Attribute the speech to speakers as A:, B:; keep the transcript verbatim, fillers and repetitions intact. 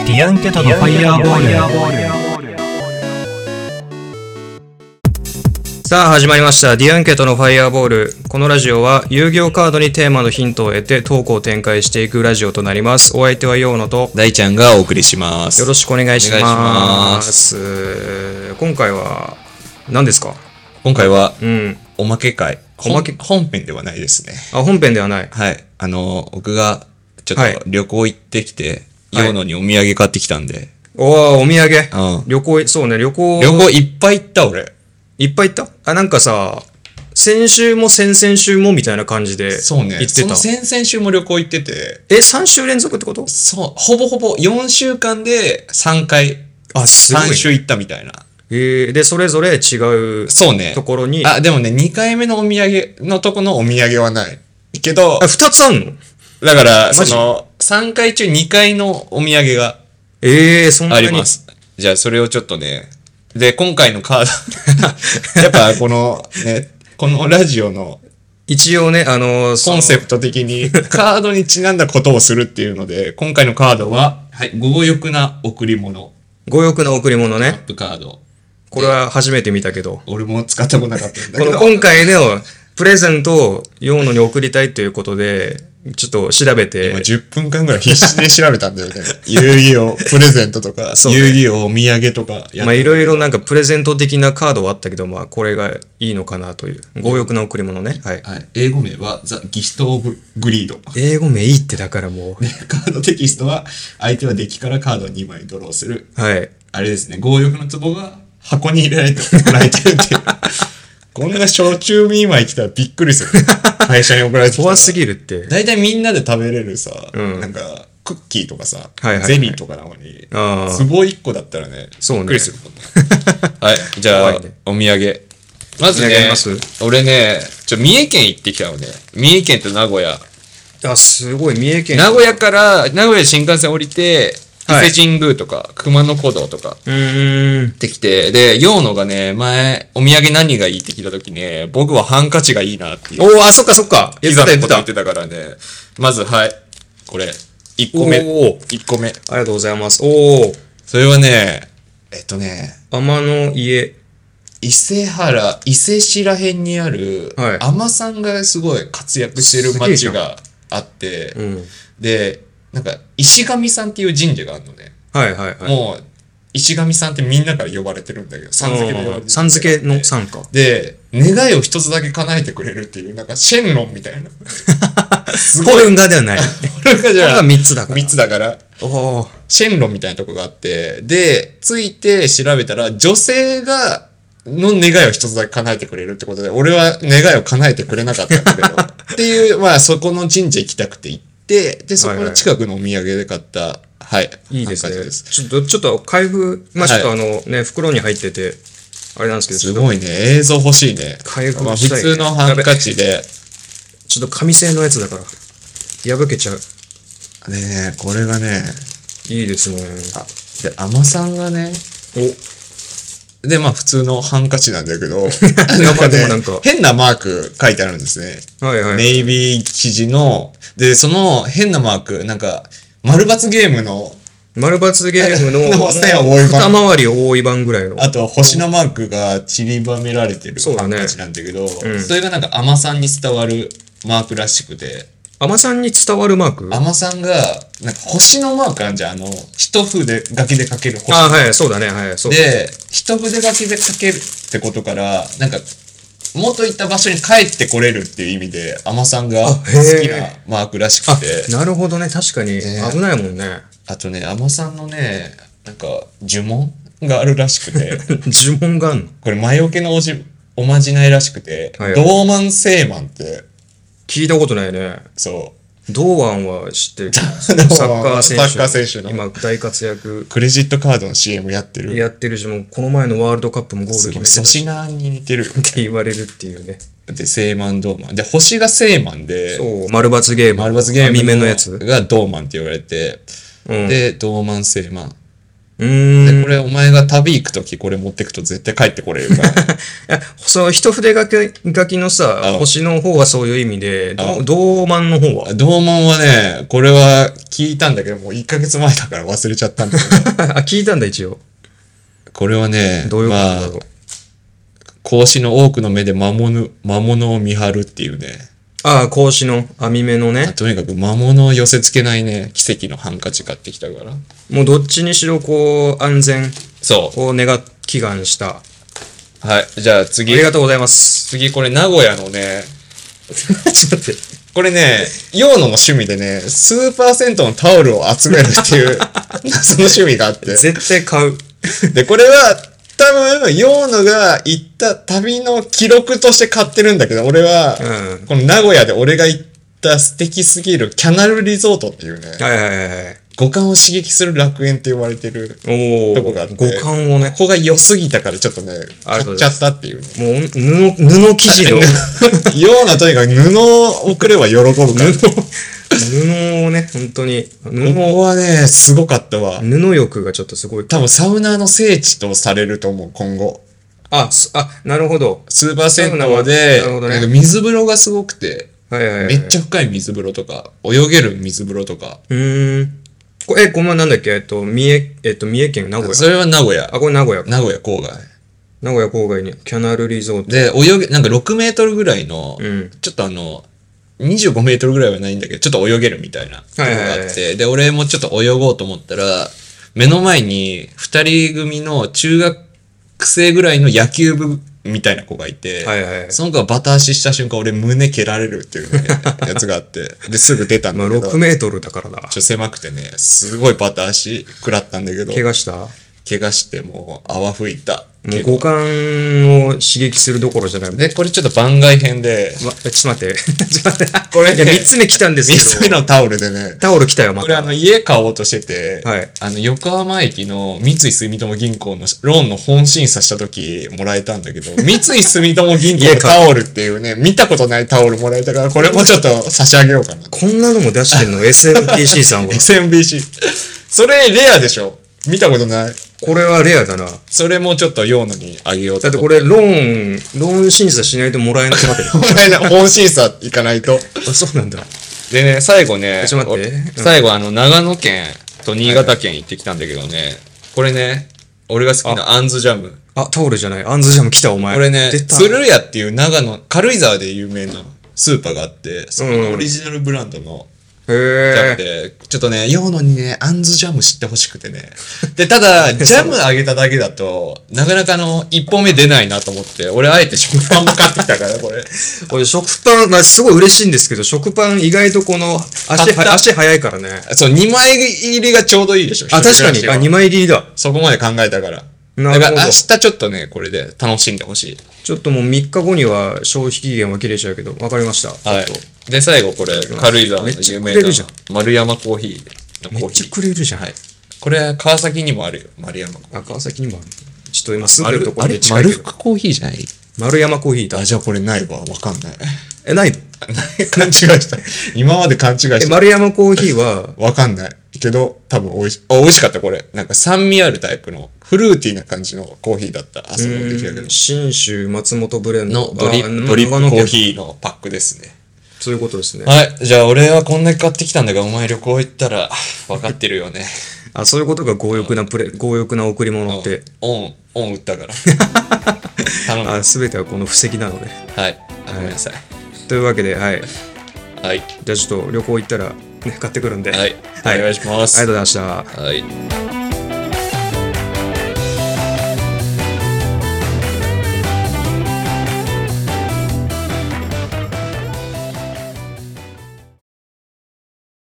A: ディアンケトのファイヤーボール。さあ始まりました。ディアンケトのファイヤーボール。このラジオは遊戯王カードにテーマのヒントを得てトークを展開していくラジオとなります。お相手はヨーノと
B: 大ちゃんがお送りします。
A: よろしくお願いします。今回は何ですか？
B: 今回は、
A: うん、
B: おまけ会。
A: おまけ
B: 本編ではないですね。
A: あ、本編ではない。
B: はい。あの僕がちょっと旅行行ってきて、
A: はい、
B: ヨーノにお土産買ってきたんで。
A: おー、お土産。
B: うん。
A: 旅行、そうね、旅行。
B: 旅行いっぱい行った俺。
A: いっぱい行った？あ、なんかさ、先週も先々週もみたいな感じで行ってた。
B: そうね。その先々週も旅行行ってて。
A: え、さん週連続ってこと？
B: そう。ほぼほぼよんしゅうかんでさんかい。
A: あ、すごい。
B: さん週行ったみたいな。
A: えー、で、それぞれ違う
B: そうね
A: ところに。
B: あ、でもね、にかいめのお土産のとこのお土産はない。けど。
A: あ、ふたつあんの？
B: だから、その、さんかい中にかいのお土産が。
A: えー、そんなに
B: あります。じゃあ、それをちょっとね。で、今回のカード。やっぱ、この、ね、このラジオの。
A: 一応ね、あのー、
B: コンセプト的に、カードにちなんだことをするっていうので、今回のカードは、はい、強欲な贈り物。
A: 強欲な贈り物ね。
B: トップカード。
A: これは初めて見たけど。
B: 俺も使ったことなかったんだけど。
A: この今回のプレゼントをヨーノに送りたいということで、ちょっと調べて。
B: 今じゅっぷんかんぐらい必死で調べたんだよね。遊戯王プレゼントとか、ね、遊戯王お土産とかやって。
A: まあいろいろなんかプレゼント的なカードはあったけど、まあこれがいいのかなという。強欲な贈り物ね。はい。
B: はい、英語名は The Gift of Greed。
A: 英語名いいってだからもう。
B: ね、カードテキストは、相手はデッキからカードをにまいドローする。
A: はい。
B: あれですね、強欲の壺が箱に入れられて送られてるっていう。こんな焼酎ミーマイ来たらびっくりする。会社に送られてきたら。
A: 怖すぎるって。
B: だいたいみんなで食べれるさ、
A: うん、
B: なんか、クッキーとかさ、
A: はいはいはい、
B: ゼリーとかなのに、壺いっこだったらね、
A: そうね、
B: びっくりするもんね。はい、じゃあ、ね、お土産。まずね、俺ね、ちょ、三重県行ってきたのね。三重県と名古屋。
A: あ、すごい、三重県。
B: 名古屋から、名古屋新幹線降りて、伊勢神宮とか、熊野古道とか、ってきて、で、ヨーノがね、前、お土産何がいいって聞いたときね、僕はハンカチがいいなっていう。
A: おー、あ、そっかそっか。
B: 言ってたこと言ってたからね。まず、はい。これ、いっこめ。いっこめ。あ
A: りがとうございます。おー。
B: それはね、えっとね、
A: 天の家。
B: 伊勢原、伊勢市ら辺にある、はい、海女さんがすごい活躍してる町があって、うん、で、なんか、石神さんっていう神社があるのね。
A: はいはいはい。
B: もう、石神さんってみんなから呼ばれてるんだけど、さん付けで呼ばれてる。
A: さん付けのさんか。
B: で、願いを一つだけ叶えてくれるっていう、なんか、シェンロンみたいな。
A: すごい。フォルンガではない。
B: フォルンガじゃない。
A: みっつだから。
B: みっつだから。
A: お
B: シェンロンみたいなとこがあって、で、ついて調べたら、女性が、の願いを一つだけ叶えてくれるってことで、俺は願いを叶えてくれなかったんだけど、っていう、まあ、そこの神社行きたくて行って、で、で、そこの近くのお土産で買った、はい。
A: いいですね。ちょっと、ちょっと、開封、まあ、ちょっとあのね、袋に入ってて、あれなんですけど。
B: すごいね。映像欲しいね。
A: 開封
B: したい。普通のハンカチで。
A: ちょっと紙製のやつだから、破けちゃう。
B: ねえ、これがね。
A: いいですね。
B: あ、で、海女さんがね。お。で、まあ、普通のハンカチなんだけど、なんかね、なんか変なマーク書いてあるんですね。
A: はいはい。
B: ネイビー生地の、で、その変なマーク、なんか、丸抜ゲームの、
A: 丸抜ゲームの、二回り多い版ぐらいの。
B: あと、星のマークが散りばめられてるハンカチなんだけど、そ,、ねうん、それがなんか、海女さんに伝わるマークらしくて。
A: 海女さんに伝わるマーク？
B: 海女さんが、なんか星のマークあるじゃん、あの、一筆書きで書ける星。
A: あ、はい、そうだね、はい、そう。
B: で、一筆書きで書けるってことから、なんか、元行った場所に帰ってこれるっていう意味で、海女さんが好きなマークらしくて。
A: なるほどね、確かに。危ないもんね。
B: あとね、海女さんのね、なんか、呪文があるらしくて。
A: 呪文があるの？
B: これ、魔除けのおじ、おまじないらしくて、はい、ドーマン聖マンって。
A: 聞いたことないね。
B: そう。
A: 堂安は知ってる。サッカー選手。
B: サッカー選手の。
A: 今大活躍。
B: クレジットカードの シーエム やってる。
A: やってるし、もうこの前のワールドカップもゴール決めて
B: る。粗品に似てる。
A: って言われるっていうね。
B: で、聖マン、ドーマン。で、星が聖マンで。
A: そう、丸抜ゲーム。
B: 丸抜ゲーム。
A: 網目のやつ。
B: がドーマンって言われて。うん、で、ドーマン聖マン。
A: うーん。
B: で、これお前が旅行くときこれ持ってくと絶対帰ってこれるから。
A: いや、その一筆書き書きのさ、
B: あ
A: 星の方はそういう意味で、
B: あ
A: ど銅板の方は
B: 同門はね、これは聞いたんだけど、もういっかげつまえだから忘れちゃったんだけど。
A: あ、聞いたんだ一応。
B: これはね、
A: どういうこと
B: まあ
A: だろう。、
B: 孔子の多くの目で魔物魔物を見張るっていうね。
A: ああ、格子の網目のね。
B: とにかく魔物を寄せ付けないね、奇跡のハンカチ買ってきたから。
A: もうどっちにしろこう、安全
B: そ
A: を願っ、祈願した。
B: う。はい。じゃあ
A: あ
B: 次。
A: りがとうございます。
B: 次、これ名古屋のね、
A: ちょっと待って。
B: これね、ヨーノの趣味でね、数パーセントのタオルを集めるっていう、その趣味があって。
A: 絶対買う。
B: で、これは、多分、ヨーノが行った旅の記録として買ってるんだけど、俺は、
A: うん
B: この名古屋で俺が行った素敵すぎるキャナルリゾートっていうね、
A: はいはいはいはい。
B: 五感を刺激する楽園って言われてる
A: お
B: とこがあって、
A: 五感をね。
B: ここが良すぎたからちょっとね、
A: ありがとうご
B: 買っちゃ
A: ざいます
B: ったっていうね。
A: もう、布、布生地の、
B: ヨーノとにかく布を送れば喜ぶから。
A: 布をね、本当に、
B: こ
A: 布
B: こはね、すごかったわ。
A: 布欲がちょっとすごい。
B: 多分サウナーの聖地とされると思う、今後。
A: あ、すあ、なるほど。
B: スーパー銭湯
A: サウナは
B: で、
A: なるほどね
B: なんか水風呂がすごくて、
A: はいはいはい。
B: めっちゃ深い水風呂とか、泳げる水風呂とか。
A: うーん。これ、え、これなんだっけえっと、三重、えっと、三重県名古屋。
B: それは名古屋。
A: あ、これ名古屋か。
B: 名古屋郊外。
A: 名古屋郊外にキャナルリゾート。
B: で、泳げ、なんかろくメートルぐらいの、
A: うん。
B: ちょっとあの、にじゅうごメートルぐらいはないんだけど、ちょっと泳げるみたいなところがあって、
A: はいはいは
B: で、俺もちょっと泳ごうと思ったら、目の前に二人組の中学生ぐらいの野球部みたいな子がいて、
A: はいはいはい。
B: その子がバタ足した瞬間俺胸蹴られるっていうね、やつがあって、で、すぐ出たん
A: まあ、
B: だけど、
A: ろくメートルだからだ。
B: ちょ狭くてね、すごいバタ足食らったんだけど、
A: 怪我したも
B: 怪我してもう泡吹いた。
A: う五感を刺激するどころじゃない。
B: で、これちょっと番外編で、
A: ま、えちょっと待って。ちょっと待って。
B: これね
A: いや、三つ目来たんですけ
B: 三つ目
A: ど。
B: のタオルでね、
A: タオル来たよ、また。
B: これあの家買おうとしてて、
A: はい
B: あの横浜駅の三井住友銀行のローンの本審査した時もらえたんだけど、三井住友銀行のタオルっていうね、見たことないタオルもらえたから、これもちょっと差し上げようかな。
A: こんなのも出してんの エスエムピーシー さんは。
B: エスエムビーシー。それレアでしょ？見たことない。
A: これはレアだな。
B: それもちょっと用のにあげようと思
A: だってこれ、ローン、ローン審査しないともらえないわけだ。
B: これね、本審査行かないと。
A: あ、そうなんだ。
B: でね、最後ね、
A: ちょっと待って
B: 俺
A: うん
B: 最後あの、長野県と新潟県行ってきたんだけどね、これね、俺が好きなあんずジャム。
A: あ、タオルじゃない。アンズジャム来た、お前。
B: これね、
A: 出た。
B: 鶴屋っていう長野、軽井沢で有名なスーパーがあって、そこのオリジナルブランドのジャム
A: へえ。
B: で、ちょっとね、ヨーノにね、あんずジャム知ってほしくてね。で、ただ、ジャムあげただけだと、なかなかあの、一本目出ないなと思って、俺あえて食パンも買ってきたから、これ。
A: これ食パン、まあ、すごい嬉しいんですけど、食パン意外とこの、足
B: 買った
A: は、足早いからね。
B: そう、にまい入りがちょうどいいでしょ。
A: あ、確かに。あ、
B: 一人暮らしは
A: にまい切りだ。
B: そこまで考えたから。
A: なるほど
B: だから明日ちょっとね、これで楽しんでほしい。
A: ちょっともうみっかごには消費期限は切れちゃうけど、わかりました。
B: はい
A: ちょっと。
B: で、最後これ、軽井沢の
A: めっちゃ
B: 有名な
A: くれるじゃん
B: 丸山コーヒーの
A: めっちゃ
B: コーヒー。
A: くれるじゃん。
B: はい。これ、川崎にもあるよ、丸山コーヒー。
A: あ、川崎にもある。ちょっと今住んでるところ
B: あれ
A: で近いけど。
B: 丸福コーヒーじゃない
A: 丸山コーヒーだ
B: あ、。じゃあこれないわ。わかんない。
A: え、ないの
B: 勘違いした。今まで勘違いし
A: え、
B: た。
A: 丸山コーヒーは、
B: わかんない。けど、多分美味し、あ、美味しかった、これ。なんか酸味あるタイプの、フルーティーな感じのコーヒーだった。朝の出来上がり
A: 信州松本ブレンド
B: のドリ
A: あ
B: ドリップ
A: 長野県
B: コーヒーのパックですね。
A: そういうことですね。
B: はい。じゃあ俺はこんだけ買ってきたんだが、お前旅行行ったら、分かってるよね。
A: あ、そういうことが強欲なプレ、強欲な贈り物って。
B: オン、オン打ったから。頼む。
A: あ、すべてはこの布石なので。
B: はい。あごめんなさい。
A: というわけで、はい。
B: はい。
A: じゃあちょっと旅行行ったら、ね、買ってくるんで。
B: はい。
A: はい。
B: お願いします。
A: ありがとうございました。
B: はい。